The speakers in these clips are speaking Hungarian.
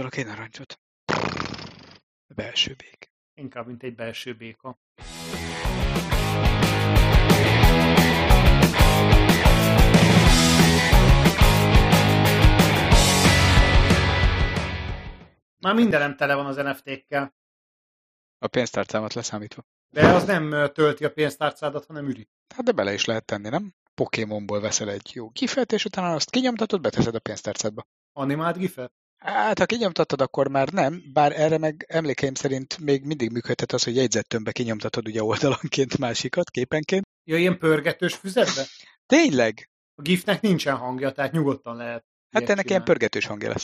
Játszolok én narancsot. Belső bék. Inkább, mint egy belső béka. Már mindenem tele van az NFT-kkel. A pénztárcámat leszámítva. De az nem tölti a pénztárcádat, hanem üri. Hát de bele is lehet tenni, nem? Pokémonból veszel egy jó gifet, és utána azt kinyomtatod, beteszed a pénztárcádba. Animált gifet? Hát, ha kinyomtatod, akkor már nem, bár erre meg emlékeim szerint még mindig működhet az, hogy jegyzettömbbe kinyomtatod ugye oldalanként másikat, képenként. Ja, ilyen pörgetős füzetbe? Tényleg? A gifnek nincsen hangja, tehát nyugodtan lehet. Hát ennek ilyen pörgetős hangja lesz.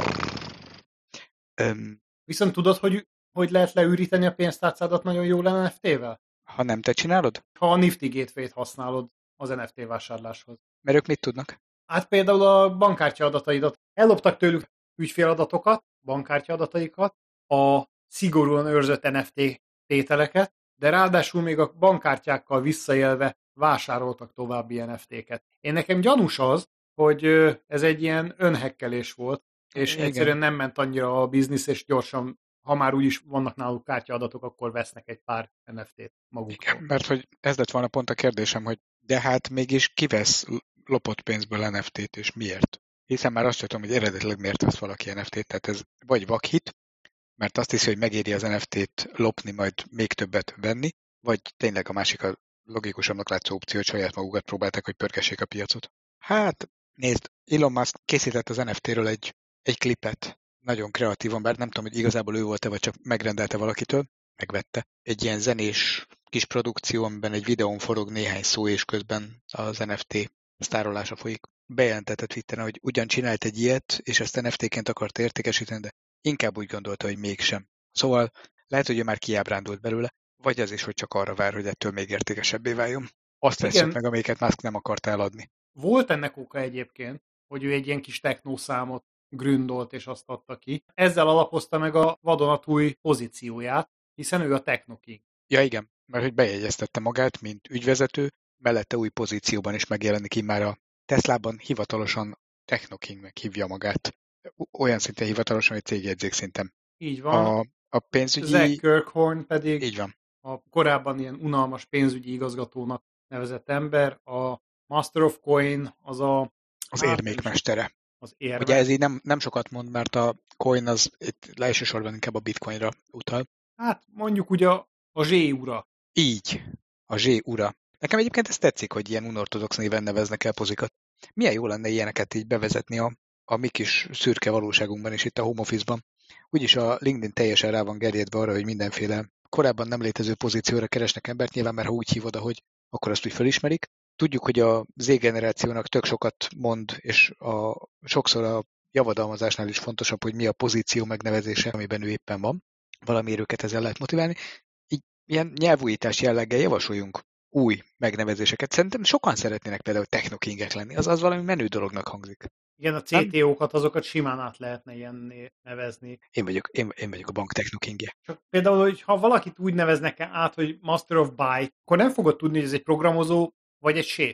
Viszont tudod, hogy lehet leüríteni a pénztárcádat nagyon jól NFT-vel? Ha nem te csinálod? Ha a Nifty Gateway-t használod az NFT vásárláshoz. Mert ők mit tudnak? Hát például a bankkártya adataidat. Elloptak tőlük ügyféladatokat, bankkártya adataikat, a szigorúan őrzött NFT tételeket, de ráadásul még a bankkártyákkal visszaélve vásároltak további NFT-ket. Én nekem gyanús az, hogy ez egy ilyen önhekkelés volt, és Igen. egyszerűen nem ment annyira a biznisz, és gyorsan, ha már úgyis vannak náluk kártyaadatok, akkor vesznek egy pár NFT-t magukról. Igen, mert hogy ez lett volna pont a kérdésem, hogy de hát mégis kivesz lopott pénzből NFT-t, és miért? Hiszen már azt sem tudom, hogy eredetileg miért vesz valaki NFT-t, tehát ez vagy vakhit, mert azt hiszi, hogy megéri az NFT-t lopni, majd még többet venni, vagy tényleg a másik a logikusabbnak látszó opció, hogy saját magukat próbálták, hogy pörgessék a piacot. Hát, nézd, Elon Musk készített az NFT-ről egy klipet, nagyon kreatívan, bár nem tudom, hogy igazából ő volt-e, vagy csak megrendelte valakitől, megvette. Egy ilyen zenés kis produkció, amiben egy videón forog néhány szó, és közben az NFT sztárolása folyik. Bejelentette Twitteren, hogy ugyan csinált egy ilyet, és ezt NFT-ként akart értékesíteni, de inkább úgy gondolta, hogy mégsem. Szóval lehet, hogy ő már kiábrándult belőle, vagy az is, hogy csak arra vár, hogy ettől még értékesebbé váljon. Azt vesszük meg, amelyiket Musk nem akart eladni. Volt ennek oka egyébként, hogy ő egy ilyen kis technószámot gründolt és azt adta ki. Ezzel alapozta meg a vadonatúj pozícióját, hiszen ő a technoking. Ja igen, mert hogy bejegyeztette magát, mint ügyvezető, mellette új pozícióban is megjelenik immár a Teslában hivatalosan technokingnek hívja magát. Olyan szinten hivatalosan, hogy cégjegyzék szinten. Így van. A pénzügyi... Zach Kirkhorn pedig így van. A korábban ilyen unalmas pénzügyi igazgatónak nevezett ember, a Master of Coin az érmékmestere. Az érme. Ugye ez így nem sokat mond, mert a coin az itt elsősorban inkább a bitcoinra utal. Hát mondjuk ugye a zsé-ura. Így, a zsé-ura. Nekem egyébként ez tetszik, hogy ilyen unortodox néven neveznek el pozikat. Milyen jó lenne ilyeneket így bevezetni a mi kis szürke valóságunkban és itt a home office-ban. Úgyis a LinkedIn teljesen rá van gerjedve arra, hogy mindenféle korábban nem létező pozícióra keresnek embert, nyilván mert ha úgy hívod, ahogy, akkor azt úgy felismerik. Tudjuk, hogy a Z-generációnak tök sokat mond, és sokszor a javadalmazásnál is fontosabb, hogy mi a pozíció megnevezése, amiben ő éppen van. Valamiért őket ezzel lehet motiválni. Így ilyen nyelvújítás jelleggel javasoljunk új megnevezéseket. Szerintem sokan szeretnének például technokingek lenni. Az valami menő dolognak hangzik. Igen, a CTO-kat, azokat simán át lehetne ilyen nevezni. Én vagyok a bank technokingje. Csak például, hogy ha valakit úgy neveznek át, hogy Master of Buy, akkor nem fogod tudni, hogy ez egy programozó, vagy egy séf.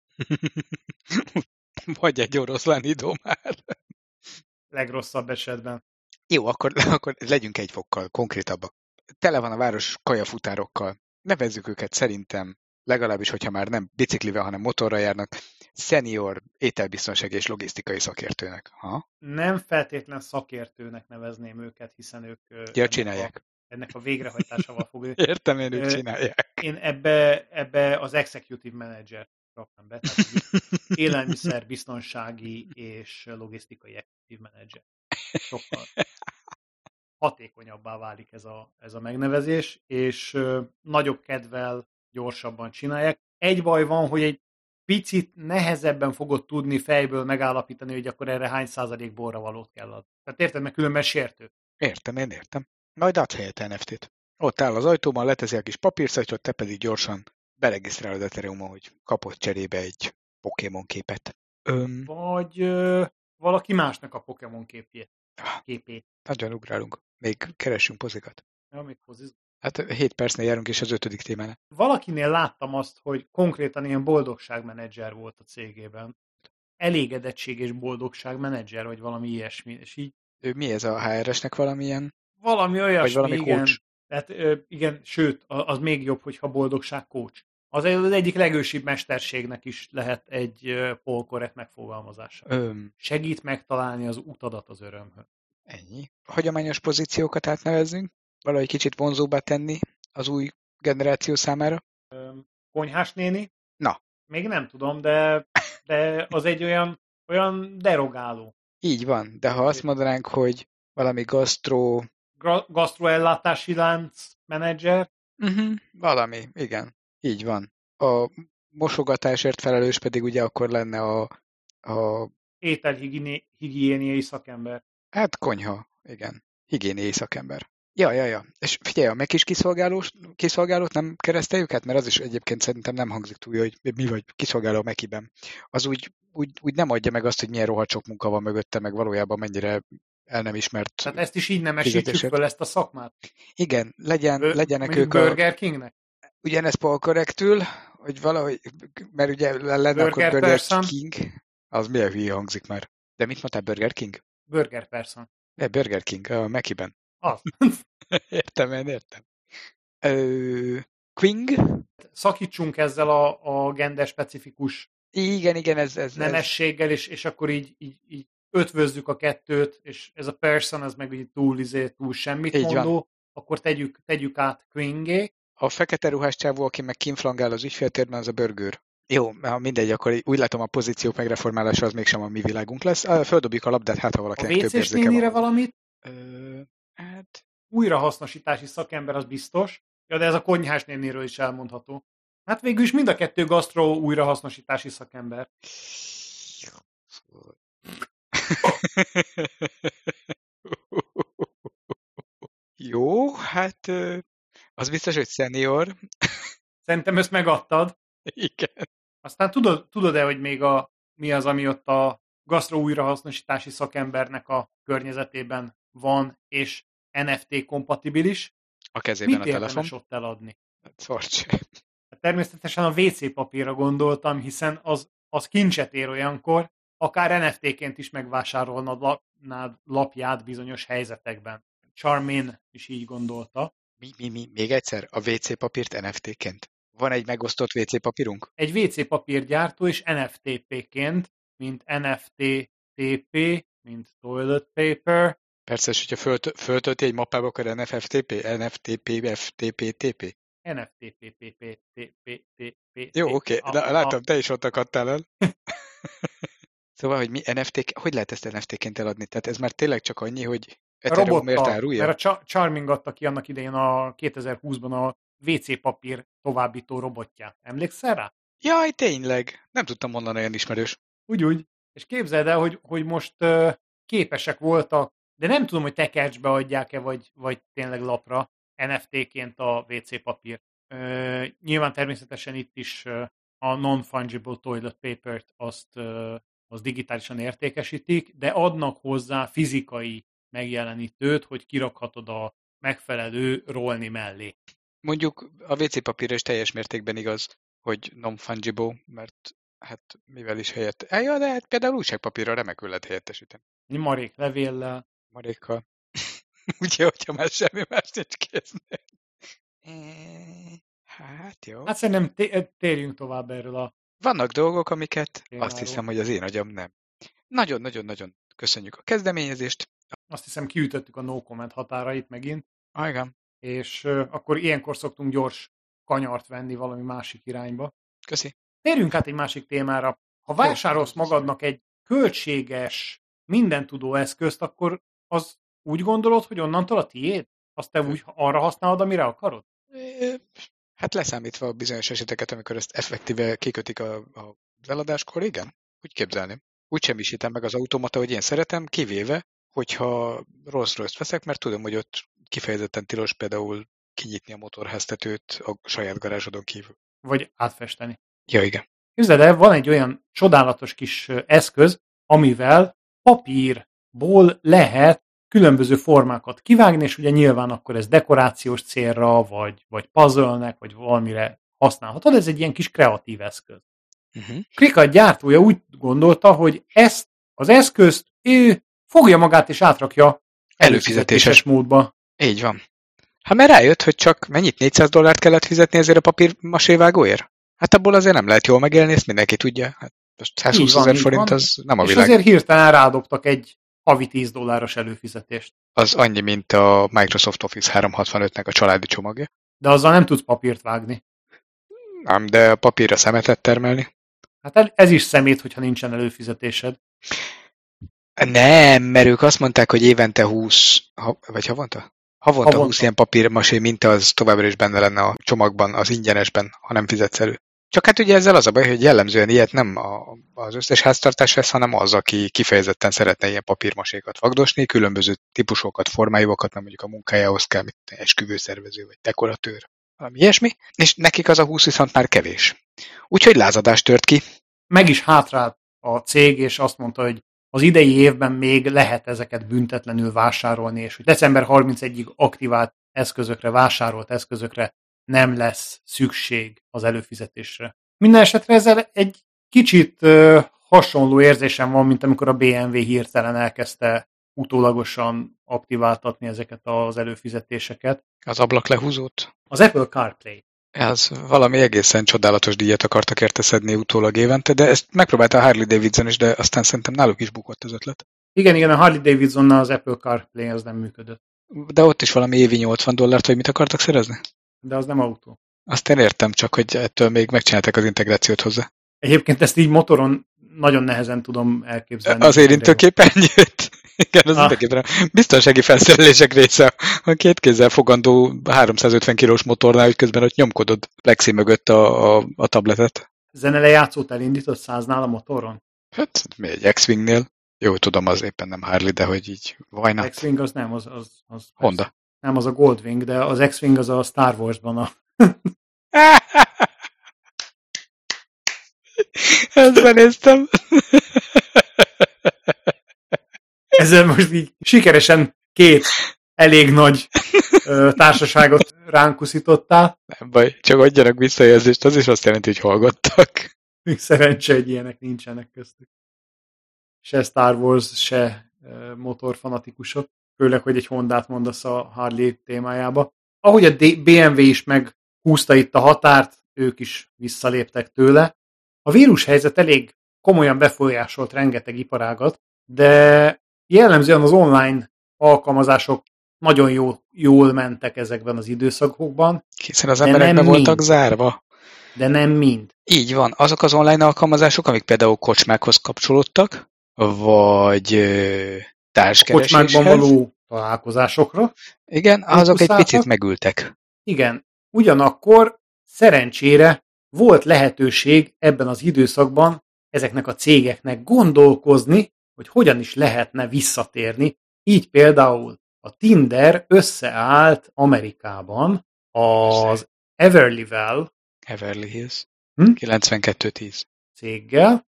Vagy egy oroszlán idomár. Legrosszabb esetben. Jó, akkor legyünk egy fokkal konkrétabbak. Tele van a város kajafutárokkal. Nevezzük őket szerintem, legalábbis, hogyha már nem biciklivel, hanem motorra járnak, senior ételbiztonsági és logisztikai szakértőnek. Ha? Nem feltétlen szakértőnek nevezném őket, hiszen ők csinálják. Ennek a végrehajtásával fog. Értem, ők csinálják. Én ebbe az executive manager raktam be, tehát élelmiszer, biztonsági és logisztikai executive manager. Sokkal hatékonyabbá válik ez a megnevezés, és nagyobb kedvel gyorsabban csinálják. Egy baj van, hogy egy picit nehezebben fogod tudni fejből megállapítani, hogy akkor erre hány százalék borravalót kell adni. Tehát érted, mert különben sértő. Értem. Majd adsz helyett NFT-t. Ott áll az ajtóban, leteszi a kis papírszagyrot, te pedig gyorsan beregisztrálod Ethereumon, hogy kapott cserébe egy Pokémon képet. Vagy valaki másnak a Pokémon képét. Nagyon ugrálunk. Még keressünk pozikat. Ja, még poziz. Hát 7 percnél járunk, és az 5. témánál. Valakinél láttam azt, hogy konkrétan ilyen boldogságmenedzser volt a cégében. Elégedettség és boldogságmenedzser, vagy valami ilyesmi. És így Ő mi ez a HRS-nek valamilyen? Valami Vagy olyasmi, valami igen. coach? Tehát igen, sőt, az még jobb, hogyha boldogság coach. Az egyik legősibb mesterségnek is lehet egy polkorrekt megfogalmazása. Segít megtalálni az utadat az örömhöz. Ennyi. Hagyományos pozíciókat átnevezzünk, valahogy kicsit vonzóbbá tenni az új generáció számára. Konyhás néni? Na. Még nem tudom, de az egy olyan derogáló. Így van, de ha azt mondanánk, hogy valami Gasztroellátási lánc menedzser? Valami, igen. Így van. A mosogatásért felelős pedig ugye akkor lenne a Ételhigiéniai szakember. hát konyha, igen. Higiéniai szakember. Ja. És figyelj, a Mac is kiszolgálót nem kereszteljük át, mert az is egyébként szerintem nem hangzik túl, hogy mi vagy kiszolgáló a Mac-ben. Az úgy nem adja meg azt, hogy milyen rohadt sok munka van mögötte, meg valójában mennyire el nem ismert Tehát ezt is így nemesítjük fizetésért. föl, ezt a szakmát. Igen, legyenek ők Burger Kingnek? Ugyanez polkorrektül, hogy valahogy, mert ugye lenne akkor Burger person. King, az milyen hülye hangzik már. De mit mondtál, Burger King? Burger person. Burger King, a Mac-ben. Az. Értem. Quing? Szakítsunk ezzel a gender-specifikus Igen, ez nemességgel, és akkor így ötvözzük a kettőt, és ez a person, az meg így túl semmit így mondó, van. akkor tegyük át Quingé. A fekete ruhás csávó, aki meg kinflangál az ügyféltérben, az a burger. Jó, mindegy, akkor úgy látom a pozíciók megreformálása az mégsem a mi világunk lesz. Földobjuk a labdát, hát ha valakinek több WC-s érzéke nénire van. valamit? Hát... Újrahasznosítási szakember, az biztos. Ja, de ez a konyhás néniről is elmondható. Hát végül is mind a kettő gasztró újrahasznosítási szakember. Jó, hát az biztos, hogy senior. Szerintem ezt megadtad. Igen. Aztán tudod-e, hogy még mi az, ami ott a gasztró újrahasznosítási szakembernek a környezetében van, és NFT kompatibilis? A kezében Mit a telefon. érdemes ott eladni? Szorcs. Természetesen a WC papírra gondoltam, hiszen az kincset ér olyankor, akár NFT-ként is megvásárolnád lapját bizonyos helyzetekben. Charmin is így gondolta. Mi? Még egyszer, a WC papírt NFT-ként? Van egy megosztott WC papírunk? Egy WC papírgyártó is NFTP-ként, mint NFTTP, mint toilet paper. Persze, és hogyha föltölti egy mappába, akkor NFTP, NFTP, FTP-TP? NFTP. Jó, oké, látom, te is ott akadtál el. Szóval, hogy mi NFT, hogy lehet ezt NFT-ként eladni? Tehát ez már tényleg csak annyi, hogy Ethereumért árulja? Mert a Charming adta ki annak idején a 2020-ban a WC papír továbbító robotját. Emlékszel rá? Jaj, tényleg. Nem tudtam mondani, olyan ismerős. Úgy. És képzeld el, hogy most képesek voltak, de nem tudom, hogy tekercsbe adják-e, vagy tényleg lapra NFT-ként a WC papírt. Nyilván természetesen itt is a non-fungible toilet papert azt digitálisan értékesítik, de adnak hozzá fizikai megjelenítőt, hogy kirakhatod a megfelelő rolni mellé. Mondjuk a WC papírra is teljes mértékben igaz, hogy non-fungible, mert hát mivel is helyett. Ja, de hát például újságpapírra remekül lehet helyettesíteni. Marék levéllel. Marékkal. Ugye, hogyha már semmi más nincs kéznél. Hát jó. Hát szerintem térjünk tovább erről a... Vannak dolgok, amiket témáról. Azt hiszem, hogy az én agyam nem. Nagyon-nagyon-nagyon köszönjük a kezdeményezést. Azt hiszem, kiütöttük a no comment határait megint. Igen. És akkor ilyenkor szoktunk gyors kanyart venni valami másik irányba. Köszi. Térjünk át egy másik témára. Ha vásárolsz magadnak egy költséges, mindentudó eszközt, akkor az úgy gondolod, hogy onnantól a tiéd? Azt te úgy arra használod, amire akarod? Hát leszámítva a bizonyos eseteket, amikor ezt effektíve kikötik a eladáskor, igen. Úgy képzelném. Úgy semmisítem meg az automata, hogy én szeretem, kivéve, hogyha Rolls-Royce-t veszek, mert tudom, hogy ott kifejezetten tilos például kinyitni a motorháztetőt a saját garázsodon kívül. Vagy átfesteni. Ja, igen. Képzeld el, van egy olyan csodálatos kis eszköz, amivel papírból lehet különböző formákat kivágni, és ugye nyilván akkor ez dekorációs célra, vagy puzzle-nek, vagy valamire használhatod. Ez egy ilyen kis kreatív eszköz. Cricut gyártója úgy gondolta, hogy ezt az eszközt ő fogja magát és átrakja Előfizetéses módba. Így van. Hát mert rájött, hogy csak mennyit $400 kellett fizetni ezért a papírmasévágóért? Hát abból azért nem lehet jól megélni, ezt mindenki tudja. Hát most 120 000 forint az nem a világ. És azért hirtelen rádobtak egy havi $10 előfizetést. Az annyi, mint a Microsoft Office 365-nek a családi csomagja. De azzal nem tudsz papírt vágni. Nem, de papírra szemetet termelni. Hát ez is szemét, hogyha nincsen előfizetésed. Nem, mert ők azt mondták, hogy évente 20, vagy havonta? Havonta 20 ilyen papírmasé minta az továbbra is benne lenne a csomagban, az ingyenesben, ha nem fizetsz elő. Csak hát ugye ezzel az a baj, hogy jellemzően ilyet nem az összes háztartás vesz, hanem az, aki kifejezetten szeretne ilyen papírmasékat vagdosni, különböző típusokat, formájukat, mert mondjuk a munkájához kell, mint esküvőszervező vagy dekoratőr, valami ilyesmi, és nekik az a 20 viszont már kevés. Úgyhogy lázadás tört ki. Meg is hátrált a cég, és azt mondta, hogy az idei évben még lehet ezeket büntetlenül vásárolni, és hogy december 31-ig aktivált eszközökre, vásárolt eszközökre nem lesz szükség az előfizetésre. Minden esetre ezzel egy kicsit hasonló érzésem van, mint amikor a BMW hirtelen elkezdte utólagosan aktiváltatni ezeket az előfizetéseket. Az ablaklehúzót? Az Apple CarPlay. Ez valami egészen csodálatos díjat akartak érte szedni utólag évente, de ezt megpróbálta a Harley Davidson is, de aztán szerintem náluk is bukott az ötlet. Igen, a Harley Davidsonnal az Apple CarPlay az nem működött. De ott is valami évi $80, vagy mit akartak szerezni? De az nem autó. Azt én értem, csak hogy ettől még megcsinálták az integrációt hozzá. Egyébként ezt így motoron nagyon nehezen tudom elképzelni. Az érintőképernyőt? Igen, az mindenképpen a biztonsági felszerelések része. A két kézzel fogandó 350 kilós motornál, hogy közben ott nyomkodod plexi mögött a tabletet. Zenelejátszót elindított 100-nál a motoron? Hát, mi egy X-Wingnél? Jó, tudom, az éppen nem Harley, de hogy így why not? X-Wing az nem, az Honda. Nem, az a Goldwing, de az X-Wing az a Star Wars-ban a... Ezt benéztem. Ezzel most így sikeresen két elég nagy társaságot ránk uszítottál. Nem baj, csak adjanak visszajelzést, az is azt jelenti, hogy hallgattak. Még szerencse, hogy ilyenek nincsenek köztük. Se Star Wars, se motorfanatikusok. Főleg, hogy egy Hondát mondasz a Harley témájába. Ahogy a BMW is meghúzta itt a határt, ők is visszaléptek tőle. A vírushelyzet elég komolyan befolyásolt rengeteg iparágat, de jellemzően az online alkalmazások nagyon jól mentek ezekben az időszakokban. Hiszen az emberek be voltak zárva. De nem mind. Így van. Azok az online alkalmazások, amik például kocsmákhoz kapcsolódtak, vagy társkereséshez. Kocsmákban való találkozásokra. Igen, azok egy picit megültek. Igen. Ugyanakkor szerencsére volt lehetőség ebben az időszakban ezeknek a cégeknek gondolkozni, hogy hogyan is lehetne visszatérni. Így például a Tinder összeállt Amerikában az Everly Hills 9210 céggel,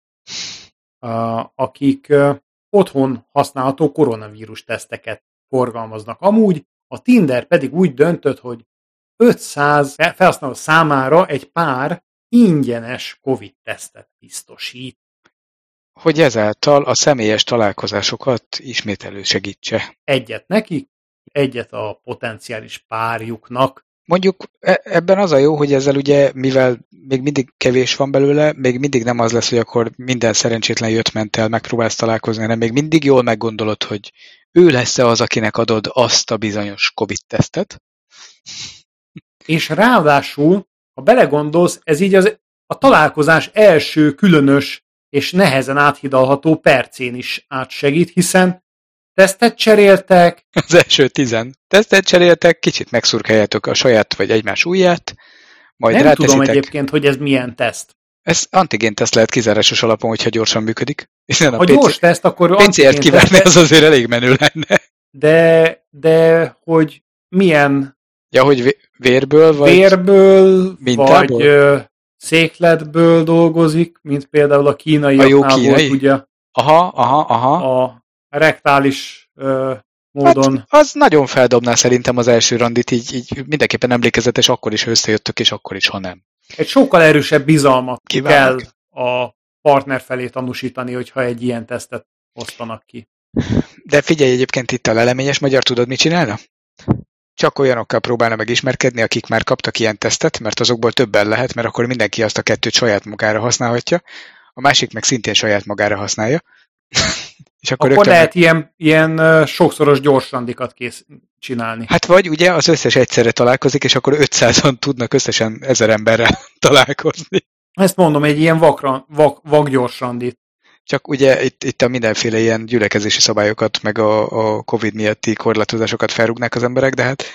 akik otthon használható koronavírus teszteket forgalmaznak. Amúgy a Tinder pedig úgy döntött, hogy 500 felhasználó számára egy pár ingyenes Covid-tesztet biztosít. Hogy ezáltal a személyes találkozásokat ismét elősegítse. Egyet nekik, egyet a potenciális párjuknak. Mondjuk ebben az a jó, hogy ezzel ugye, mivel még mindig kevés van belőle, még mindig nem az lesz, hogy akkor minden szerencsétlen jött-ment el, megpróbálsz találkozni, hanem még mindig jól meggondolod, hogy ő lesz-e az, akinek adod azt a bizonyos Covid-tesztet. És ráadásul, ha belegondolsz, ez így a találkozás első különös és nehezen áthidalható percén is átsegít, hiszen tesztet cseréltek. Az első 10 tesztet cseréltek, kicsit megszurkáljátok a saját vagy egymás ujját, majd nem ráteszitek. tudom egyébként, hogy ez milyen teszt. Ez antigén teszt lehet kizárásos alapon, hogyha gyorsan működik. Ha gyors teszt, akkor PCR-t kivárni, az azért elég menő lenne. De hogy milyen... Ja, hogy vérből, vagy mintából? Vagy székletből dolgozik, mint például a kínaiaknál volt, ugye? Aha. A rektális módon. Hát, az nagyon feldobná szerintem az első randit, így mindenképpen emlékezetes, akkor is összejöttök, és akkor is, ha nem. Egy sokkal erősebb bizalmat kell a partner felé tanúsítani, hogyha egy ilyen tesztet osztanak ki. De figyelj, egyébként itt a leleményes magyar, tudod, mit csinálna? Csak olyanokkal próbálna megismerkedni, akik már kaptak ilyen tesztet, mert azokból többen lehet, mert akkor mindenki azt a kettőt saját magára használhatja, a másik meg szintén saját magára használja. És akkor rögtön lehet ilyen sokszoros gyorsrandikat csinálni. Hát vagy ugye az összes egyszerre találkozik, és akkor 500-an tudnak összesen 1000 emberrel találkozni. Ezt mondom, egy ilyen vak gyorsrandit. Csak ugye itt a mindenféle ilyen gyülekezési szabályokat, meg a Covid miatti korlátozásokat felrúgnák az emberek, de hát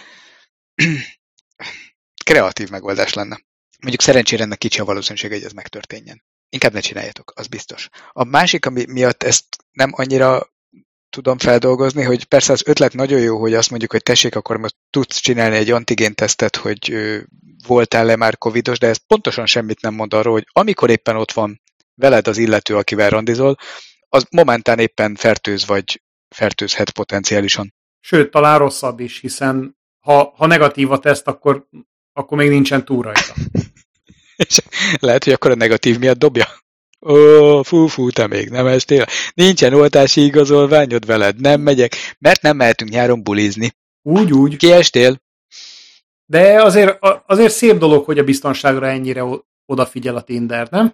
kreatív megoldás lenne. Mondjuk szerencsére ennek kicsi a valószínűség, hogy ez megtörténjen. Inkább ne csináljátok, az biztos. A másik, ami miatt ezt nem annyira tudom feldolgozni, hogy persze az ötlet nagyon jó, hogy azt mondjuk, hogy tessék, akkor most tudsz csinálni egy antigéntesztet, hogy voltál-e már covidos, de ez pontosan semmit nem mond arról, hogy amikor éppen ott van veled az illető, akivel randizol, az momentán éppen fertőz vagy fertőzhet potenciálisan. Sőt, talán rosszabb is, hiszen ha negatív a teszt, akkor még nincsen túl rajta. És lehet, hogy akkor a negatív miatt dobja. Ó, fú, te még nem estél. Nincsen oltási igazolványod veled, nem megyek, mert nem mehetünk nyáron bulizni. Úgy. Kiestél? De azért szép dolog, hogy a biztonságra ennyire odafigyel a Tinder, nem?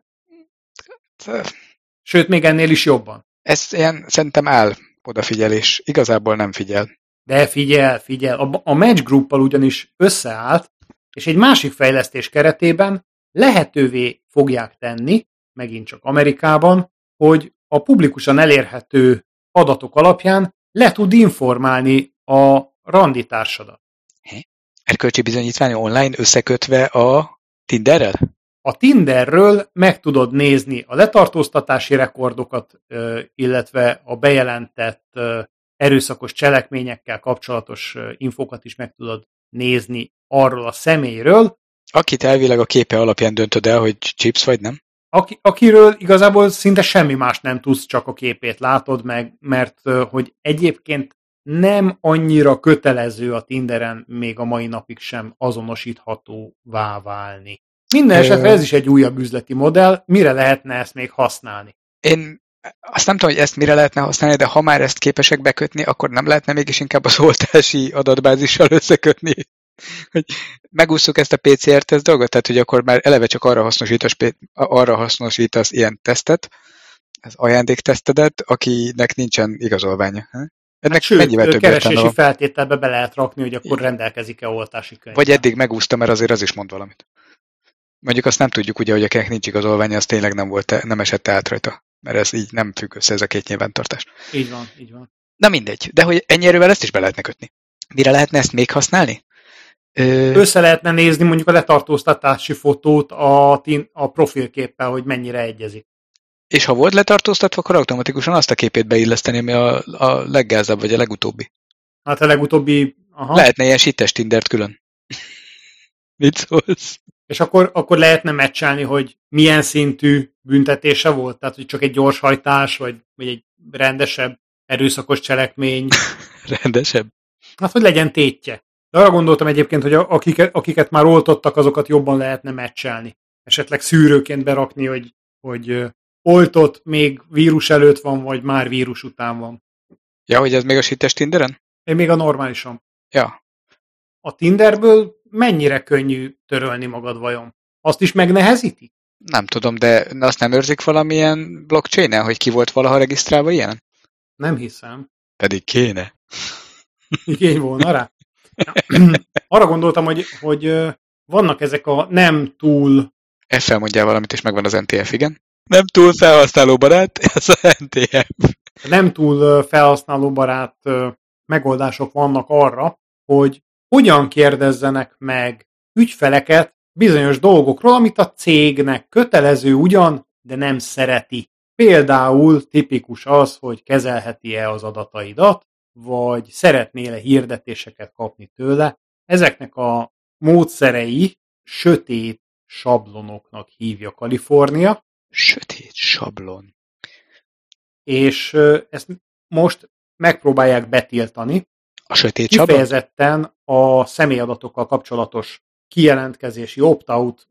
Sőt, még ennél is jobban. Ez ilyen, szerintem áll odafigyelés. Igazából nem figyel. De figyel. A Match Grouppal ugyanis összeállt, és egy másik fejlesztés keretében lehetővé fogják tenni, megint csak Amerikában, hogy a publikusan elérhető adatok alapján le tud informálni a randitársadat. Erkölcsi bizonyítvány online összekötve a Tinderrel? A Tinderről meg tudod nézni a letartóztatási rekordokat, illetve a bejelentett erőszakos cselekményekkel kapcsolatos infokat is meg tudod nézni arról a személyről. Akit elvileg a képe alapján döntöd el, hogy chips vagy nem? Akiről igazából szinte semmi más nem tudsz, csak a képét látod meg, mert hogy egyébként nem annyira kötelező a Tinderen még a mai napig sem azonosíthatóvá válni. Minden esetre ez is egy újabb üzleti modell, mire lehetne ezt még használni? Én azt nem tudom, hogy ezt mire lehetne használni, de ha már ezt képesek bekötni, akkor nem lehetne mégis inkább az oltási adatbázissal összekötni, hogy megúsztuk ezt a PCR-teszt dolgot, tehát hogy akkor már eleve csak arra hasznosítasz ilyen tesztet, az ajándéktesztedet, akinek nincsen igazolványa. Ennek mennyivel több keresési feltételbe be lehet rakni, hogy akkor rendelkezik-e oltási könyv. Vagy eddig megúszta, mert azért az is mond valamit. Mondjuk azt nem tudjuk ugye, hogy akinek nincs igazolványa, az tényleg nem esett át rajta. Mert ez így nem függ össze, ez a két nyilvántartás. Így van. Na mindegy, de hogy ennyi erővel ezt is be lehetne kötni. Mire lehetne ezt még használni? Össze lehetne nézni mondjuk a letartóztatási fotót a profilképpel, hogy mennyire egyezik. És ha volt letartóztatva, akkor automatikusan azt a képét beilleszteni, ami a leggázabb, vagy a legutóbbi. Hát a legutóbbi... Aha. Lehetne ilyen sittes Tindert külön. Mit szólsz? És akkor lehetne meccselni, hogy milyen szintű büntetése volt? Tehát, hogy csak egy gyorshajtás, vagy egy rendesebb, erőszakos cselekmény. Rendesebb? Hát, hogy legyen tétje. De arra gondoltam egyébként, hogy akiket már oltottak, azokat jobban lehetne meccselni. Esetleg szűrőként berakni, hogy oltott, még vírus előtt van, vagy már vírus után van. Ja, hogy ez még a sittes Tinderen? Én még a normálisan. Ja. A Tinderből mennyire könnyű törölni magad vajon? Azt is megnehezíti? Nem tudom, de azt nem őrzik valamilyen blockchain-en, hogy ki volt valaha regisztrálva ilyen? Nem hiszem. Pedig kéne. Igény volna rá. Arra gondoltam, hogy vannak ezek a nem túl... F-fel mondjál valamit, és megvan az NTF, igen? Nem túl felhasználóbarát, ez a NTF. Nem túl felhasználóbarát megoldások vannak arra, hogy hogyan kérdezzenek meg ügyfeleket bizonyos dolgokról, amit a cégnek kötelező ugyan, de nem szereti. Például tipikus az, hogy kezelheti-e az adataidat, vagy szeretnél-e hirdetéseket kapni tőle. Ezeknek a módszerei sötét sablonoknak hívja Kalifornia. Sötét sablon. És ezt most megpróbálják betiltani. A sötét sablon? Kifejezetten a személyadatokkal kapcsolatos kijelentkezési opt-out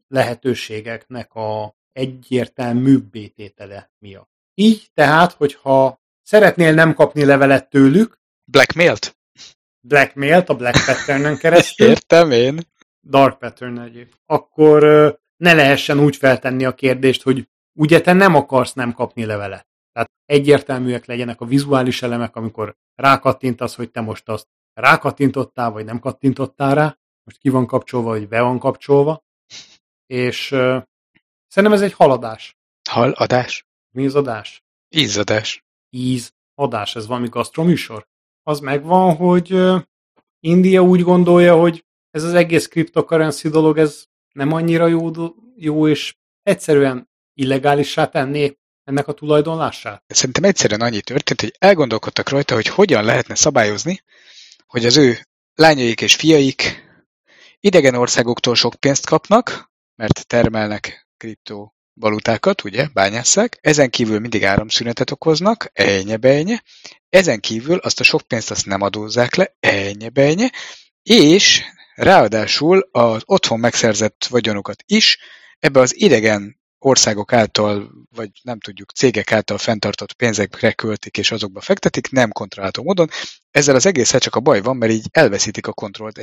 lehetőségeknek a egyértelműbbé tétele miatt. Így tehát, hogyha szeretnél nem kapni levelet tőlük, Blackmailt? blackmailt a Black Patternen keresztül, Értem én. Dark Pattern egyéb, akkor ne lehessen úgy feltenni a kérdést, hogy ugye te nem akarsz nem kapni levelet. Tehát egyértelműek legyenek a vizuális elemek, amikor rákattintasz, hogy te most azt rákattintottál, vagy nem kattintottál rá, most ki van kapcsolva, vagy be van kapcsolva, és szerintem ez egy haladás. Haladás? Mi az adás? Ízadás. Adás, ez valami gasztroműsor? Az megvan, hogy India úgy gondolja, hogy ez az egész cryptocurrency dolog, ez nem annyira jó és egyszerűen illegálissá tenné ennek a tulajdonlását. Szerintem egyszerűen annyi történt, hogy elgondolkodtak rajta, hogy hogyan lehetne szabályozni, hogy az ő lányaik és fiaik idegen országoktól sok pénzt kapnak, mert termelnek kriptovalutákat, ugye, bányásszák, ezen kívül mindig áramszünetet okoznak, ennye-bennye, ezen kívül azt a sok pénzt azt nem adózzák le, ennye-bennye, és ráadásul az otthon megszerzett vagyonukat is ebbe az idegen országok által, vagy nem tudjuk, cégek által fenntartott pénzekre költik és azokba fektetik, nem kontrollálható módon. Ezzel az egésszel csak a baj van, mert így elveszítik a kontrollt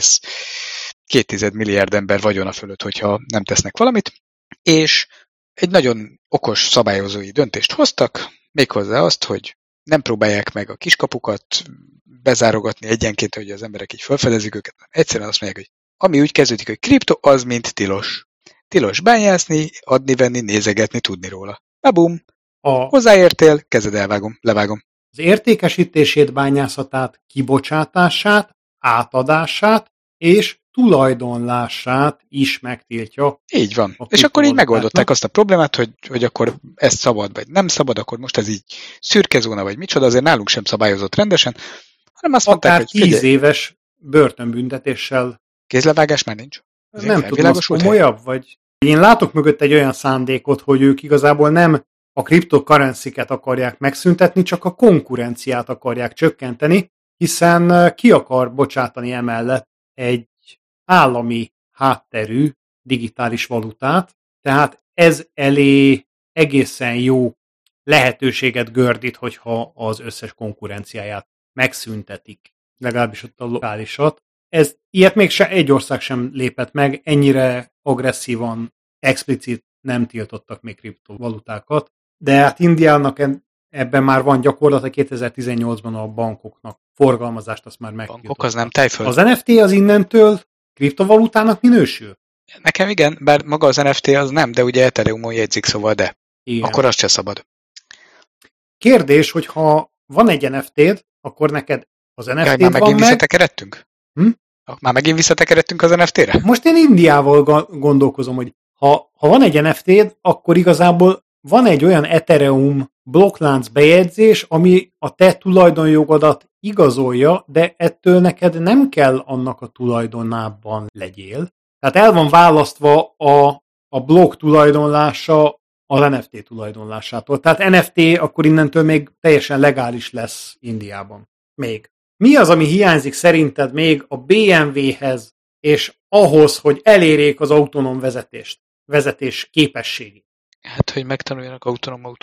1,2 milliárd ember vagyona fölött, hogyha nem tesznek valamit, és egy nagyon okos szabályozói döntést hoztak, méghozzá azt, hogy nem próbálják meg a kiskapukat bezárogatni egyenként, hogy az emberek így felfedezik őket. Egyszerűen azt mondják, hogy ami úgy kezdődik, hogy kripto, az mint tilos. Tilos bányászni, adni-venni, nézegetni, tudni róla. Babum! Hozzáértél, kezed elvágom, levágom. Az értékesítését, bányászatát, kibocsátását, átadását és tulajdonlását is megtiltja. Így van. És akkor így megoldották azt a problémát, hogy akkor ez szabad, vagy nem szabad, akkor most ez így szürke zóna, vagy micsoda, azért nálunk sem szabályozott rendesen, hanem azt mondták, hogy 10 éves börtönbüntetéssel. Kézlevágás már nincs. Nem tudom, az komolyabb, vagy én látok mögött egy olyan szándékot, hogy ők igazából nem a cryptocurrency-ket akarják megszüntetni, csak a konkurenciát akarják csökkenteni, hiszen ki akar bocsátani emellett egy állami hátterű digitális valutát, tehát ez elé egészen jó lehetőséget gördít, hogyha az összes konkurenciáját megszüntetik, legalábbis ott a lokálisat. Ilyet még egy ország sem lépett meg, ennyire agresszívan, explicit nem tiltottak még kriptovalutákat, de hát Indiának ebben már van gyakorlata, 2018-ban a bankoknak forgalmazást azt már megtiltottak. Bankok az nem tájföld. Az NFT az innentől kriptovalutának minősül? Nekem igen, bár maga az NFT az nem, de ugye Ethereumon jegyzik, szóval de. Igen. Akkor azt se szabad. Kérdés, hogyha van egy NFT-d, akkor neked az NFT-d már megint visszatekeredtünk? Már megint visszatekeredtünk az NFT-re? Most én Indiával gondolkozom, hogy ha van egy NFT-d, akkor igazából van egy olyan Ethereum blokklánc bejegyzés, ami a te tulajdonjogodat igazolja, de ettől neked nem kell annak a tulajdonában legyél. Tehát el van választva a blokk tulajdonlása az NFT tulajdonlásától. Tehát NFT akkor innentől még teljesen legális lesz Indiában. Még. Mi az, ami hiányzik szerinted még a BMW-hez, és ahhoz, hogy elérjék az autonóm vezetés képességét? Hát, hogy megtanuljanak autonóm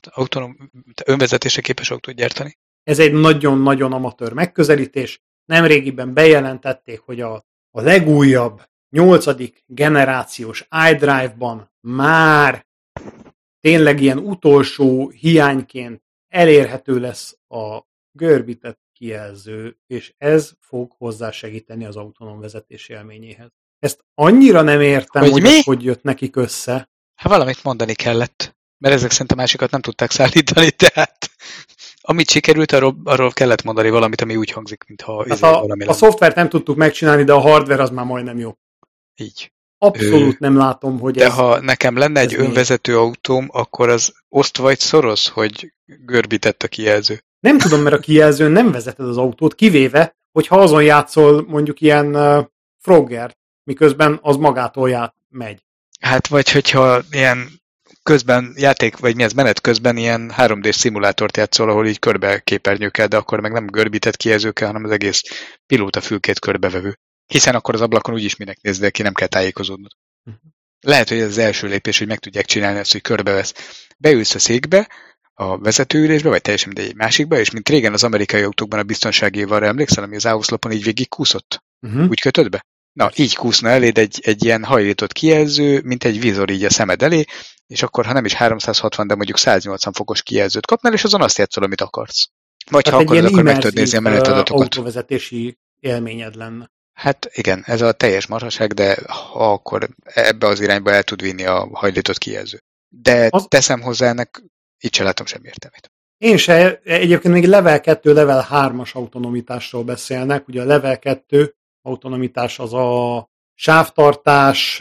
önvezetésre képes autót gyártani. Ez egy nagyon-nagyon amatőr megközelítés. Nemrégiben bejelentették, hogy a legújabb 8. generációs iDrive-ban már tényleg ilyen utolsó hiányként elérhető lesz a görbített kijelző, és ez fog hozzásegíteni az autonóm vezetés élményéhez. Ezt annyira nem értem, hogy jött nekik össze. Hát valamit mondani kellett, mert ezek szerint a másikat nem tudták szállítani, tehát amit sikerült, arról kellett mondani valamit, ami úgy hangzik, mintha valami a szoftvert nem tudtuk megcsináni, de a hardware az már majdnem jó. Így. Abszolút nem látom, hogy de ha nekem lenne egy önvezető autóm, akkor az oszt vagy szoroz, hogy görbített a kijelző? Nem tudom, mert a kijelzőn nem vezeted az autót, kivéve, hogyha azon játszol mondjuk ilyen Frogger, miközben az magától megy. Hát vagy hogyha ilyen közben játék, vagy mi ez, menet közben ilyen 3D-s szimulátort játszol, ahol így körbe képernyőkkel, de akkor meg nem görbített kijelzőkkel, hanem az egész pilótafülkét körbevevő. Hiszen akkor az ablakon úgyis minek néz, de ki nem kell tájékozódnod. Lehet, hogy ez az első lépés, hogy meg tudják csinálni ezt, hogy körbevesz. Beülsz a székbe, a vezetőülésbe, vagy teljesen mindegy egy másikba, és mint régen az amerikai autókban a biztonsági évarra emlékszel, ami az ávoszlopon így végig kúszott? Úgy kötöd be? Na, így kúszna eléd egy ilyen hajlított kijelző, mint egy vizor így a szemed elé, és akkor, ha nem is 360, de mondjuk 180 fokos kijelzőt kapnál, és azon azt játszol, amit akarsz. Vagy tehát ha akarod, akkor meg tudod nézni a menetadatokat. autóvezetési élményed lenne. Hát igen, ez a teljes marhaság, de ha akkor ebbe az irányba el tud vinni a hajlított kijelző. De teszem hozzá ennek, itt se látom semmi értelmét. Én se, egyébként még level 2, level 3-as autonomitásról beszélnek. Ugye a level 2 autonomitás az a sávtartás,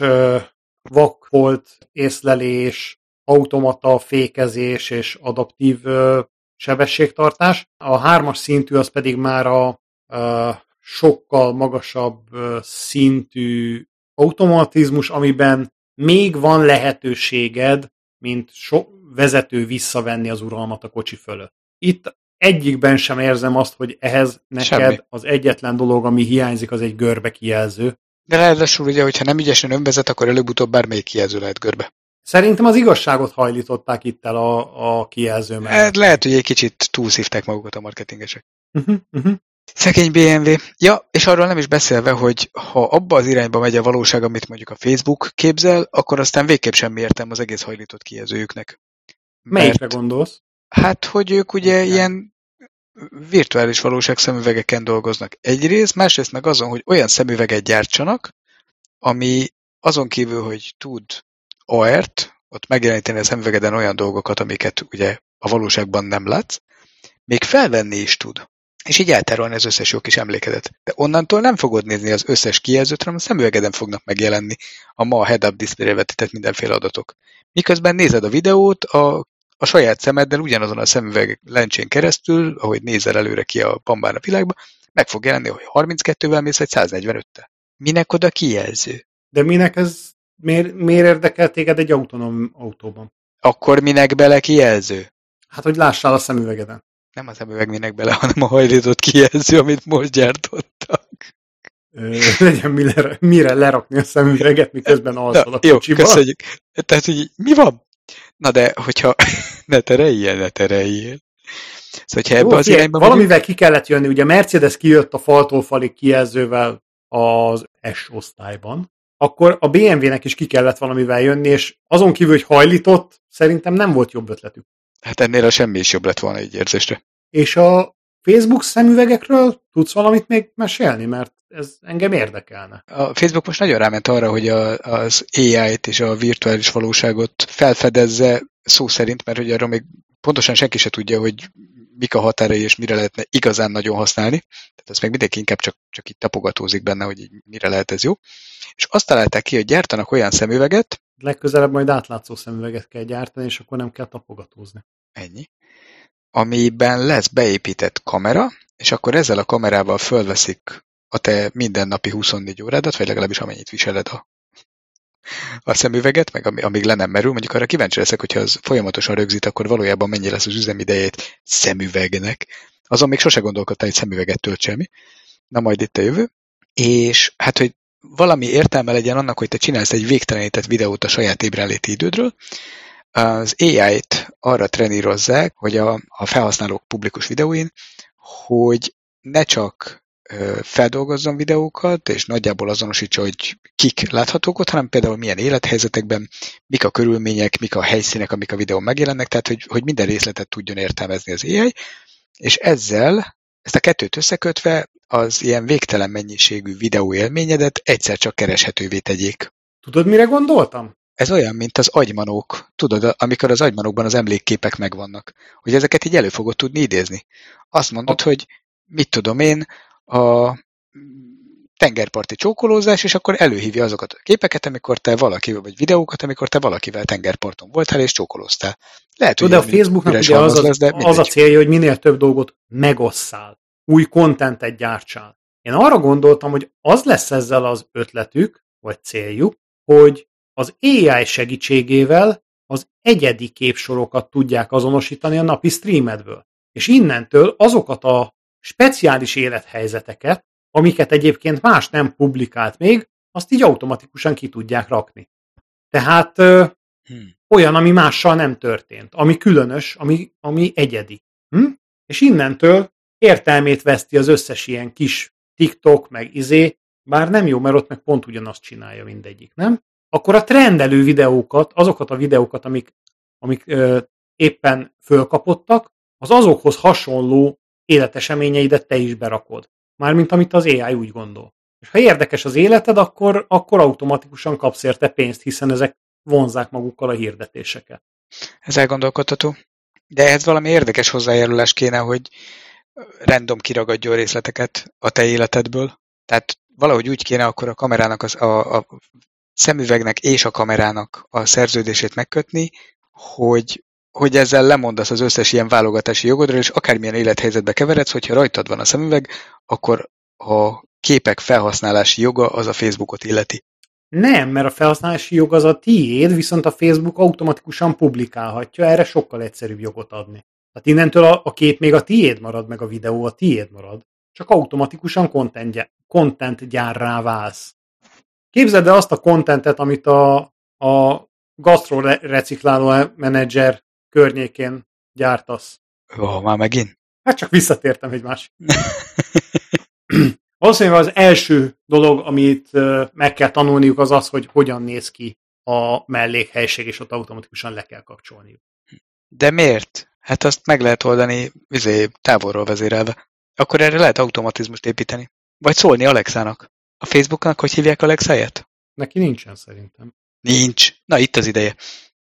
vakfolt észlelés, automata fékezés és adaptív sebességtartás. A 3-as szintű az pedig már a sokkal magasabb szintű automatizmus, amiben még van lehetőséged, mint vezető visszavenni az uralmat a kocsi fölött. Itt egyikben sem érzem azt, hogy ehhez neked semmi. Az egyetlen dolog, ami hiányzik, az egy görbe kijelző. De ráadásul ugye, hogyha nem ügyesen önvezet, akkor előbb-utóbb bármelyik kijelző lehet görbe. Szerintem az igazságot hajlították itt el a kijelző mellett. Lehet, hogy egy kicsit túlszívták magukat a marketingesek. Szegény BMW. Ja, és arról nem is beszélve, hogy ha abba az irányba megy a valóság, amit mondjuk a Facebook képzel, akkor aztán végképp semmi értelme az egész hajlított kijelzőjüknek. Melyikre gondolsz? Hát, hogy ők ugye ilyen virtuális valóság szemüvegeken dolgoznak egyrészt, másrészt meg azon, hogy olyan szemüveget gyártsanak, ami azon kívül, hogy tud AR-t, ott megjeleníteni a szemüvegeden olyan dolgokat, amiket ugye a valóságban nem látsz, még felvenni is tud. És így eltárolni az összes jó kis emlékedet. De onnantól nem fogod nézni az összes kijelzőt, hanem a szemüvegeden fognak megjelenni a ma head-up display-re vetített mindenféle adatok. Miközben nézed a videót, a saját szemeddel ugyanazon a szemüveg lencsén keresztül, ahogy nézel előre ki a bambán a világba, meg fog jelenni, hogy 32-vel mész, vagy 145-tel. Minek oda kijelző? De minek ez, miért érdekel téged egy autonóm autóban? Akkor minek bele kijelző? Hát, hogy lássál a szemüvegeden. Nem a szemüveg minek bele, hanem a hajlított kijelző, amit most gyártottak. Legyen mire lerakni a szemüveget, miközben alszol a kocsiba. Jó, köszönjük. Tehát, hogy mi van? Na de, hogyha ne tereljél. Szóval, hogyha ebbe az irányba valamivel ki kellett jönni, ugye Mercedes kijött a faltól falig kijelzővel az S osztályban, akkor a BMW-nek is ki kellett valamivel jönni, és azon kívül, hogy hajlított, szerintem nem volt jobb ötletük. Hát ennél a semmi is jobb lett volna egy érzésre. És a Facebook szemüvegekről tudsz valamit még mesélni, mert ez engem érdekelne. A Facebook most nagyon ráment arra, hogy az AI-t és a virtuális valóságot felfedezze szó szerint, mert hogy arról még pontosan senki se tudja, hogy mik a határai és mire lehetne igazán nagyon használni. Tehát ez még mindenki inkább csak itt tapogatózik benne, hogy így mire lehet ez jó. És azt találták ki, hogy gyártanak olyan szemüveget. Legközelebb majd átlátszó szemüveget kell gyártani, és akkor nem kell tapogatózni. Ennyi. Amiben lesz beépített kamera, és akkor ezzel a kamerával fölveszik a te mindennapi 24 órádat, vagy legalábbis amennyit viseled a szemüveget, meg amíg le nem merül. Mondjuk arra kíváncsi leszek, hogyha az folyamatosan rögzít, akkor valójában mennyi lesz az üzemidejét szemüvegnek. Azon még sose gondolkodtál, hogy szemüveget töltse mi. Na majd itt a jövő. És hát, hogy valami értelme legyen annak, hogy te csinálsz egy végtelenített videót a saját ébrenléti idődről, az AI-t arra trenírozzák, hogy a felhasználók publikus videóin, hogy ne csak feldolgozzon videókat, és nagyjából azonosítsa, hogy kik láthatók ott, hanem például milyen élethelyzetekben, mik a körülmények, mik a helyszínek, amik a videón megjelennek, tehát hogy minden részletet tudjon értelmezni az AI, és ezzel, ezt a kettőt összekötve, az ilyen végtelen mennyiségű videóélményedet egyszer csak kereshetővé tegyék. Tudod, mire gondoltam? Ez olyan, mint az agymanók. Tudod, amikor az agymanókban az emlékképek megvannak, hogy ezeket így elő fogod tudni idézni. Azt mondod, hogy mit tudom én, a tengerparti csókolózás, és akkor előhívja azokat a képeket, amikor te valakivel, vagy videókat, amikor te valakivel tengerparton voltál, és csókolóztál. Lehet, hogy de a Facebooknak ugye az a célja, hogy minél több dolgot megosszál, új contentet gyártsál. Én arra gondoltam, hogy az lesz ezzel az ötletük, vagy céljuk, hogy az AI segítségével az egyedi képsorokat tudják azonosítani a napi streamedből. És innentől azokat a speciális élethelyzeteket, amiket egyébként más nem publikált még, azt így automatikusan ki tudják rakni. Tehát olyan, ami mással nem történt, ami különös, ami egyedi. És innentől értelmét veszti az összes ilyen kis TikTok, meg bár nem jó, mert ott meg pont ugyanazt csinálja mindegyik, nem? Akkor a trendelő videókat, azokat a videókat, amik éppen fölkapottak, az azokhoz hasonló életeseményeidet te is berakod. Mármint amit az AI úgy gondol. És ha érdekes az életed, akkor automatikusan kapsz érte pénzt, hiszen ezek vonzzák magukkal a hirdetéseket. Ez elgondolkodható. De ehhez valami érdekes hozzájárulás kéne, hogy random kiragadjon részleteket a te életedből. Tehát valahogy úgy kéne akkor a kamerának, a szemüvegnek és a kamerának a szerződését megkötni, hogy ezzel lemondasz az összes ilyen válogatási jogodról, és akármilyen élethelyzetbe keveredsz, hogyha rajtad van a szemüveg, akkor a képek felhasználási joga az a Facebookot illeti. Nem, mert a felhasználási jog az a tiéd, viszont a Facebook automatikusan publikálhatja, erre sokkal egyszerűbb jogot adni. Tehát innentől a kép még a tiéd marad, meg a videó a tiéd marad. Csak automatikusan content gyárrá válsz. Képzeld el azt a contentet, amit a gasztrorecikláló menedzser környékén gyártasz. Már megint? Hát csak visszatértem egy másik. Valószínűleg az első dolog, amit meg kell tanulniuk, az az, hogy hogyan néz ki a mellékhelység, és ott automatikusan le kell kapcsolniuk. De miért? Hát azt meg lehet oldani távolról vezérelve. Akkor erre lehet automatizmust építeni. Vagy szólni Alexának. A Facebooknak hogy hívják Alexáját? Neki nincsen szerintem. Nincs. Na itt az ideje.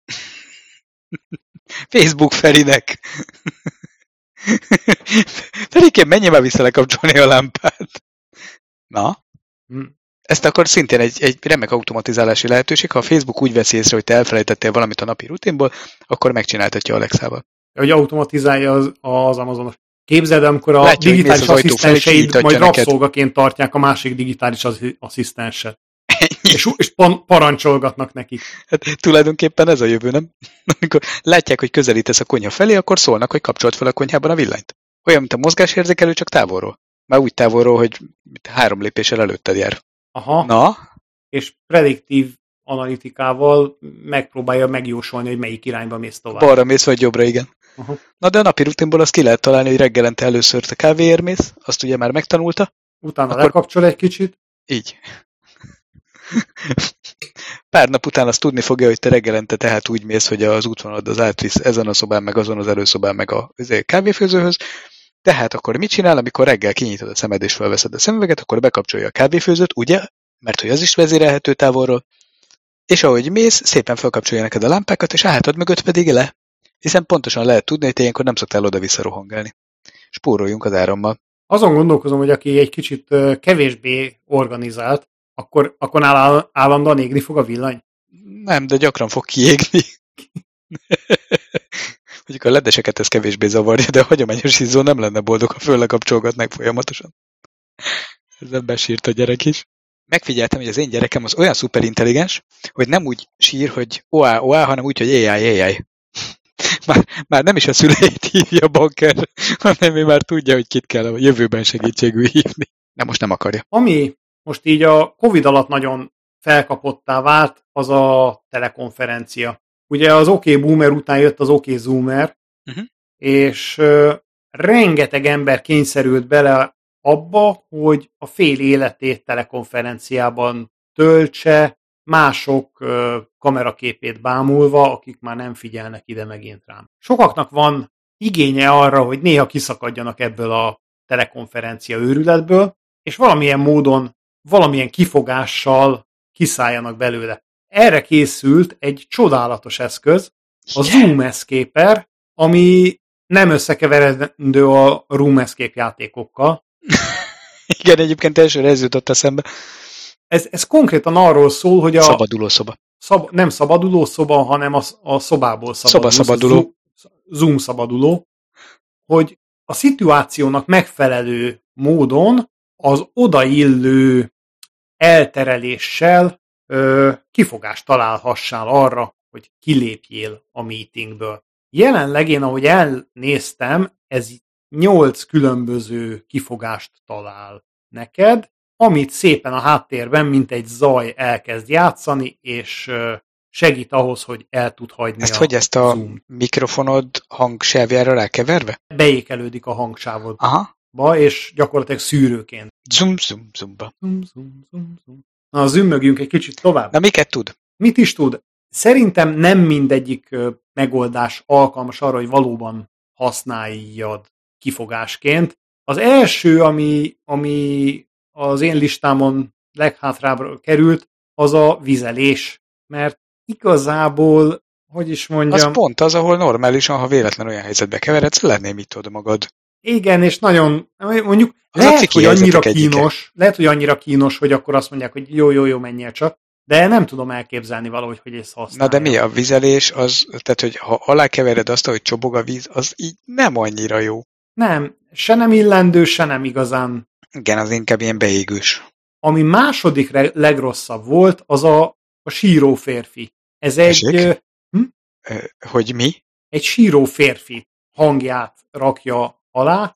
Facebook Ferinek. Ferikém, menjél már vissza lekapcsolni a lámpát. Na? Ezt akkor szintén egy remek automatizálási lehetőség. Ha a Facebook úgy veszi észre, hogy te elfelejtettél valamit a napi rutinból, akkor megcsináltatja Alexával. Hogy automatizálja az Amazonos. Képzeld, amikor a látja, digitális asszisztenseid majd rabszolgaként tartják a másik digitális asszisztenset. És parancsolgatnak nekik. Hát tulajdonképpen ez a jövő, nem? Amikor látják, hogy közelítesz a konyha felé, akkor szólnak, hogy kapcsolt fel a konyhában a villanyt. Olyan, mint a mozgásérzékelő, csak távolról. Már úgy távolról, hogy 3 lépéssel előtted jár. Aha. Na? És prediktív analitikával megpróbálja megjósolni, hogy melyik irányba mész tovább. Balra mész, vagy jobbra, igen. Na de a napi rutinból azt ki lehet találni, hogy reggelente először te kávéért mész, azt ugye már megtanulta. Utána akkor lekapcsol egy kicsit. Így. Pár nap után azt tudni fogja, hogy te reggelente tehát úgy mész, hogy az útvonalad az átvisz ezen a szobán, meg azon az előszobán, meg a kávéfőzőhöz. Tehát akkor mit csinál, amikor reggel kinyitod a szemed és felveszed a szemüveget, akkor bekapcsolja a kávéfőzőt, ugye? Mert hogy az is vezérelhető távolról. És ahogy mész, szépen felkapcsolja neked a lámpákat, és a hátad mögött pedig le. Hiszen pontosan lehet tudni, hogy te ilyenkor nem szoktál oda-vissza rohangálni. Spóroljunk az árammal. Azon gondolkozom, hogy aki egy kicsit kevésbé organizált, akkor állandóan égni fog a villany? Nem, de gyakran fog kiégni. Mondjuk a ledeseket ez kevésbé zavarja, de a hagyományos izzó nem lenne boldog, ha föllekapcsolgatnák folyamatosan. Ezzel besírt a gyerek is. Megfigyeltem, hogy az én gyerekem az olyan szuperintelligens, hogy nem úgy sír, hogy oá, hanem úgy, hogy AI. Már nem is a szüleit hívja banker, hanem ő már tudja, hogy kit kell a jövőben segítségül hívni. De most nem akarja. Ami most így a Covid alatt nagyon felkapottá vált, az a telekonferencia. Ugye az OK Boomer után jött az OK Zoomer, és rengeteg ember kényszerült bele abba, hogy a fél életét telekonferenciában töltse, mások kameraképét bámulva, akik már nem figyelnek ide megint rám. Sokaknak van igénye arra, hogy néha kiszakadjanak ebből a telekonferencia őrületből, és valamilyen módon, valamilyen kifogással kiszálljanak belőle. Erre készült egy csodálatos eszköz, a Zoom Escaper, ami nem összekeverendő a Room Escape játékokkal. Igen, egyébként elsőre ez jutott eszembe. Ez konkrétan arról szól, hogy szabadulószoba. Nem szabadulószoba, hanem a szobából szabaduló. Szabaduló. Zoom szabaduló. Hogy a szituációnak megfelelő módon az odaillő eltereléssel kifogást találhassál arra, hogy kilépjél a meetingből. Jelenleg én, ahogy elnéztem, ez 8 különböző kifogást talál neked, amit szépen a háttérben, mint egy zaj elkezd játszani, és segít ahhoz, hogy el tud hagyni Ezt hogy ezt a zoom. mikrofonod hangsávjára rákeverve? Beékelődik a hangsávodba, Aha. és gyakorlatilag szűrőként. Zumba. Zoom. Na, zümmögjünk egy kicsit tovább. Na, miket tud? Mit is tud? Szerintem nem mindegyik megoldás alkalmas arra, hogy valóban használjad kifogásként. Az első, ami az én listámon leghátrábbra került, az a vizelés. Mert igazából, hogy is mondjam... Az pont az, ahol normálisan, ha véletlen olyan helyzetbe keveredsz, lennémítod magad. Igen, és nagyon, mondjuk Az lehet, hogy annyira kínos, hogy akkor azt mondják, hogy jó, menjél csak, de nem tudom elképzelni valahogy, hogy ezt használja. Na de mi a vizelés, az, tehát hogy ha alákevered azt, hogy csobog a víz, az így nem annyira jó. Nem, se nem illendő, se nem igazán. Igen, az inkább ilyen beégős. Ami második legrosszabb volt, az a síró férfi. Ez egy... Hogy mi? Egy síró férfi hangját rakja alá.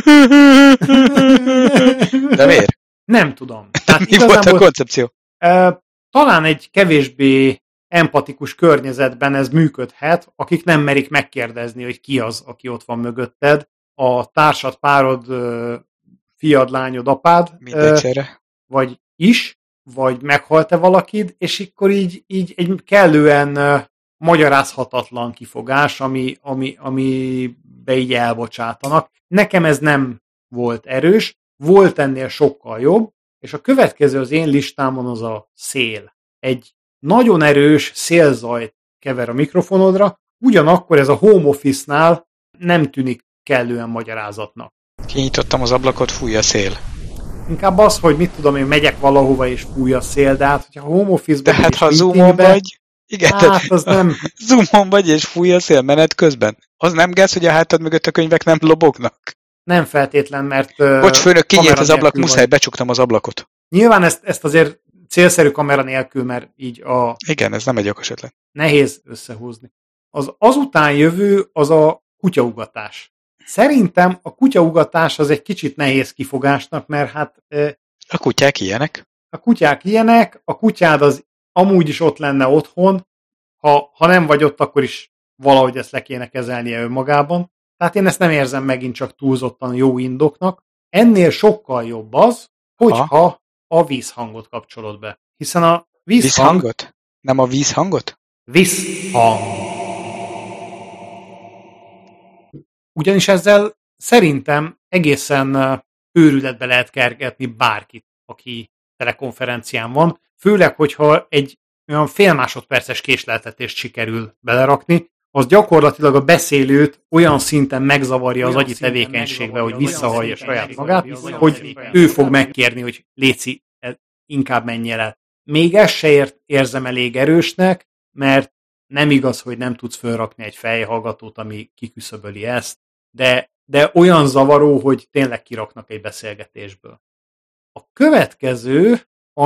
De miért? Nem tudom. Tehát mi volt a koncepció? Talán egy kevésbé empatikus környezetben ez működhet, akik nem merik megkérdezni, hogy ki az, aki ott van mögötted. A társad, párod, fiad, lányod, apád. Mindegyszerre. Vagy meghalt-e valakid, és akkor így egy kellően magyarázhatatlan kifogás, amibe így elbocsátanak. Nekem ez nem volt erős, volt ennél sokkal jobb, és a következő az én listámon az a szél. Egy nagyon erős szélzajt kever a mikrofonodra, ugyanakkor ez a home office-nál nem tűnik kellően magyarázatnak. Kinyitottam az ablakot, fúj a szél. Inkább az, hogy mit tudom én, megyek valahova és fúj a szél, de hát, hogyha home office-ben... De hát ha zoomon vagy... Igen, hát az nem... Zoomon vagy és fúj a szél menet közben. Az nem gáz, hogy a hátad mögött a könyvek nem lobognak? Nem feltétlen, mert... Bocs, főnök, kinyílt az ablak, muszáj, becsuktam az ablakot. Nyilván ezt azért célszerű kamera nélkül, mert így a... Igen, ez nem egy okos ötlet. Nehéz összehúzni. Azután jövő az a kutyaugatás. Szerintem a kutyaugatás az egy kicsit nehéz kifogásnak, mert hát... A kutyák ilyenek. A kutyád az amúgy is ott lenne otthon, ha nem vagy ott, akkor is valahogy ezt le kéne kezelnie önmagában. Tehát én ezt nem érzem megint csak túlzottan jó indoknak. Ennél sokkal jobb az, hogyha a vízhangot kapcsolod be. Hiszen a vízhangot? Nem a vízhangot? Vízhang. Ugyanis ezzel szerintem egészen őrületbe lehet kergetni bárkit, aki telekonferencián van, főleg, hogyha egy olyan fél másodperces késleltetést sikerül belerakni, az gyakorlatilag a beszélőt olyan szinten megzavarja az agyi tevékenységbe, hogy visszahallja saját magát, hogy ő fog megkérni, hogy léci, inkább menj el. Még ezt se érzem elég erősnek, mert nem igaz, hogy nem tudsz fölrakni egy fejhallgatót, ami kiküszöböli ezt, de olyan zavaró, hogy tényleg kiraknak egy beszélgetésből. A következő,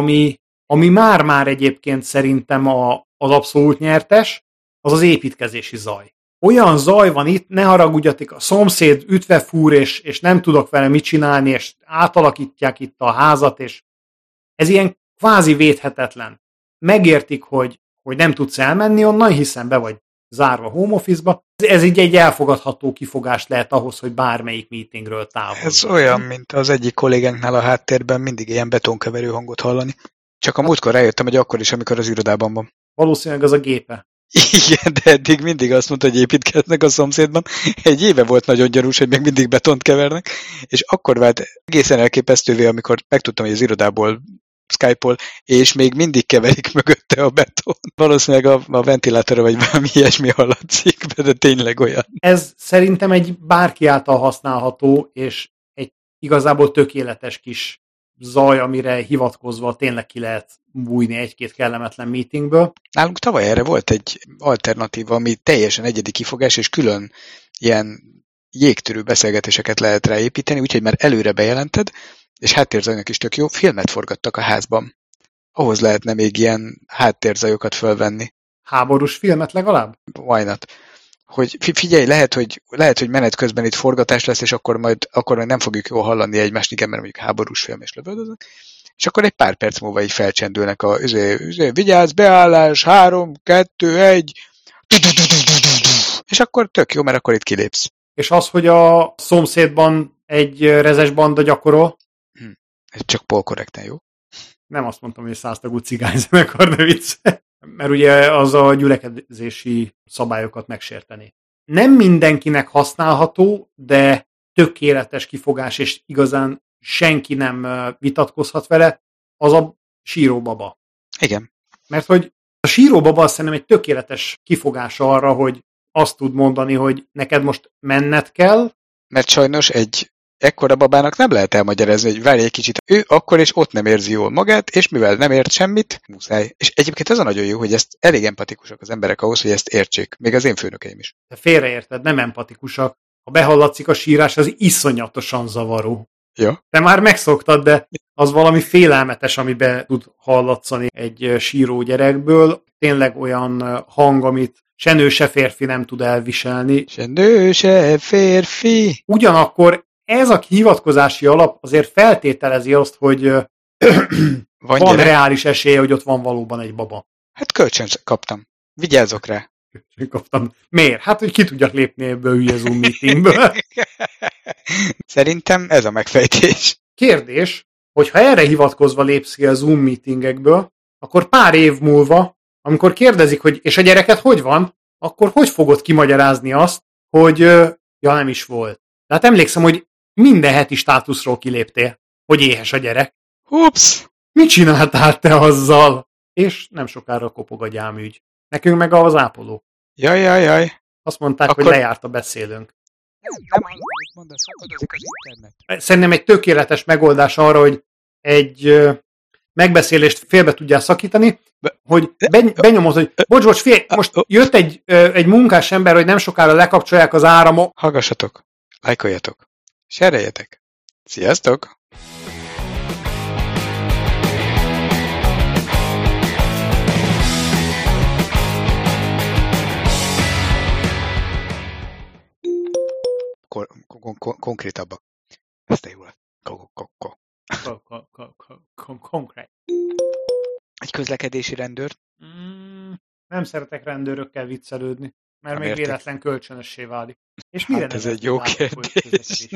ami már egyébként szerintem az abszolút nyertes, az az építkezési zaj. Olyan zaj van itt, ne haragudjatok, a szomszéd ütve fúr, és nem tudok vele mit csinálni, és átalakítják itt a házat, és ez ilyen kvázi védhetetlen. Megértik, hogy nem tudsz elmenni onnan, hiszen be vagy zárva home office-ba. Ez így egy elfogadható kifogás lehet ahhoz, hogy bármelyik meetingről távolodj. Ez olyan, mint az egyik kollégánknál a háttérben mindig ilyen betonkeverő hangot hallani. Csak a múltkor rájöttem, hogy akkor is, amikor az irodában van. Valószínűleg az a gépe. Igen, de eddig mindig azt mondta, hogy építkeznek a szomszédban. Egy éve volt nagyon gyanús, hogy még mindig betont kevernek, és akkor vált egészen elképesztővé, amikor megtudtam, hogy az irodából Skype-ol, és még mindig keverik mögötte a beton. Valószínűleg a ventilátorra vagy valami ilyesmi hallatszik, de tényleg olyan. Ez szerintem egy bárki által használható, és egy igazából tökéletes kis zaj, amire hivatkozva tényleg ki lehet bújni egy-két kellemetlen meetingből. Nálunk tavaly erre volt egy alternatíva, ami teljesen egyedi kifogás, és külön ilyen jégtörő beszélgetéseket lehet ráépíteni, úgyhogy már előre bejelented, és háttérzajnak is tök jó, filmet forgattak a házban. Ahhoz lehetne még ilyen háttérzajokat fölvenni. Háborús filmet legalább? Why not? Hogy figyelj, lehet, hogy menet közben itt forgatás lesz, és akkor majd nem fogjuk jól hallani egymást, igen, mert mondjuk háborús film és lövöldöznek. És akkor egy pár perc múlva így felcsendülnek a vigyázz, beállás, 3, 2, 1, és akkor tök jó, mert akkor itt kilépsz. És az, hogy a szomszédban egy rezes banda gyakorol? Ez csak polkorrekten, jó? Nem azt mondtam, hogy egy 100 tagú cigányzenekar, ne vicc. Mert ugye az a gyülekezési szabályokat megsérteni. Nem mindenkinek használható, de tökéletes kifogás, és igazán senki nem vitatkozhat vele, az a síróbaba. Igen. Mert hogy a síróbaba azt szerintem egy tökéletes kifogás arra, hogy azt tud mondani, hogy neked most menned kell. Mert sajnos egy ekkora babának nem lehet elmagyarázni, hogy várj egy kicsit. Ő akkor és ott nem érzi jól magát, és mivel nem ért semmit, muszáj. És egyébként az a nagyon jó, hogy ezt elég empatikusak az emberek ahhoz, hogy ezt értsék. Még az én főnökeim is. De félreérted, nem empatikusak. Ha behallatszik a sírás, az iszonyatosan zavaró. Ja. Te már megszoktad, de az valami félelmetes, ami be tud hallatszani egy síró gyerekből. Tényleg olyan hang, amit se nő, se férfi nem tud elviselni. Se nő, se férfi. Ugyanakkor ez a hivatkozási alap azért feltételezi azt, hogy van reális esélye, hogy ott van valóban egy baba. Hát kölcsön kaptam. Vigyázzok rá. Kaptam. Miért? Hát, hogy ki tudjak lépni ebből a hülye Zoom meetingből. Szerintem ez a megfejtés. Kérdés, hogy ha erre hivatkozva lépsz ki a Zoom meetingekből, akkor pár év múlva, amikor kérdezik, hogy és a gyereket hogy van, akkor hogy fogod kimagyarázni azt, hogy ja, nem is volt. Tehát emlékszem, hogy minden heti státuszról kiléptél, hogy éhes a gyerek. Ups! Mit csináltál te azzal? És nem sokára kopog a gyámügy. Nekünk meg az ápoló. Jaj. Azt mondták, akkor... hogy lejárt a beszélünk. Nem mondasz, akadozik az internet. Szerintem egy tökéletes megoldás arra, hogy egy megbeszélést félbe tudjál szakítani, hogy benyomod, hogy bocs, félj, most jött egy munkás ember, hogy nem sokára lekapcsolják az áramot. Hallgassatok, lájkoljatok, sereljetek. Sziasztok! Konkrétabbak. Ezt jó lett. Konkrét. Egy közlekedési rendőr. Nem szeretek rendőrökkel viccelődni, mert még véletlen kölcsönössé válik. És mire hát ez egy jó kérdés.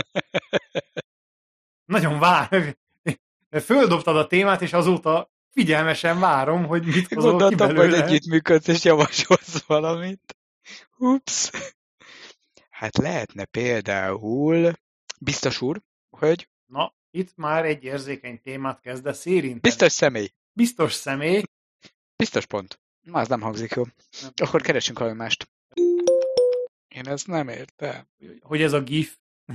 Nagyon vár. Földobtad a témát, és azóta figyelmesen várom, hogy mit hozol ki belőle. Majd együttműködsz, és javasolsz valamit. Ups. Hát lehetne például biztos úr, hogy... Na, itt már egy érzékeny témát kezdesz érinteni. Biztos személy. Biztos személy. Biztos pont. Na, az nem hangzik jó. Nem. Akkor keresünk valami mást. Én ezt nem értem. Hogy ez a GIF...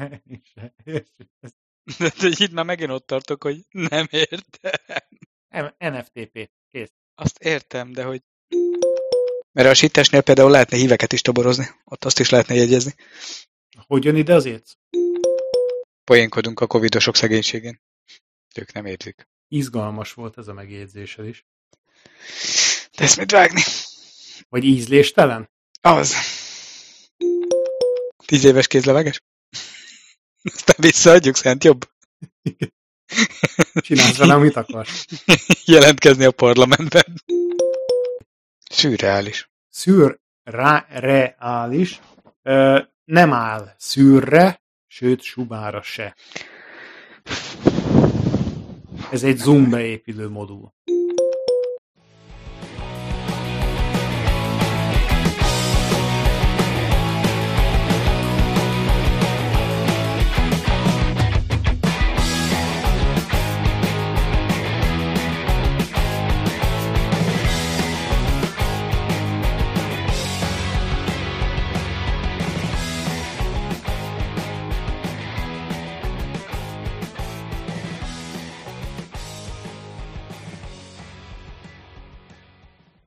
De itt már megint ott tartok, hogy nem értem. NFTP. Kész. Azt értem, de hogy... Mert a sításnél például lehetne híveket is toborozni. Ott azt is lehetne jegyezni. Hogy jön ide az érc? Poénkodunk a covidosok szegénységén. Ők nem érzik. Izgalmas volt ez a megjegyzésed is. De ezt mit vágni? Vagy ízléstelen? Az. 10 éves kézleveges? Aztán visszaadjuk, szent jobb. Csinálsz vele, amit akarsz. Jelentkezni a parlamentben. Szürreális. Szürreális. Nem áll szürre, sőt subára se. Ez egy Zoom beépülő modul.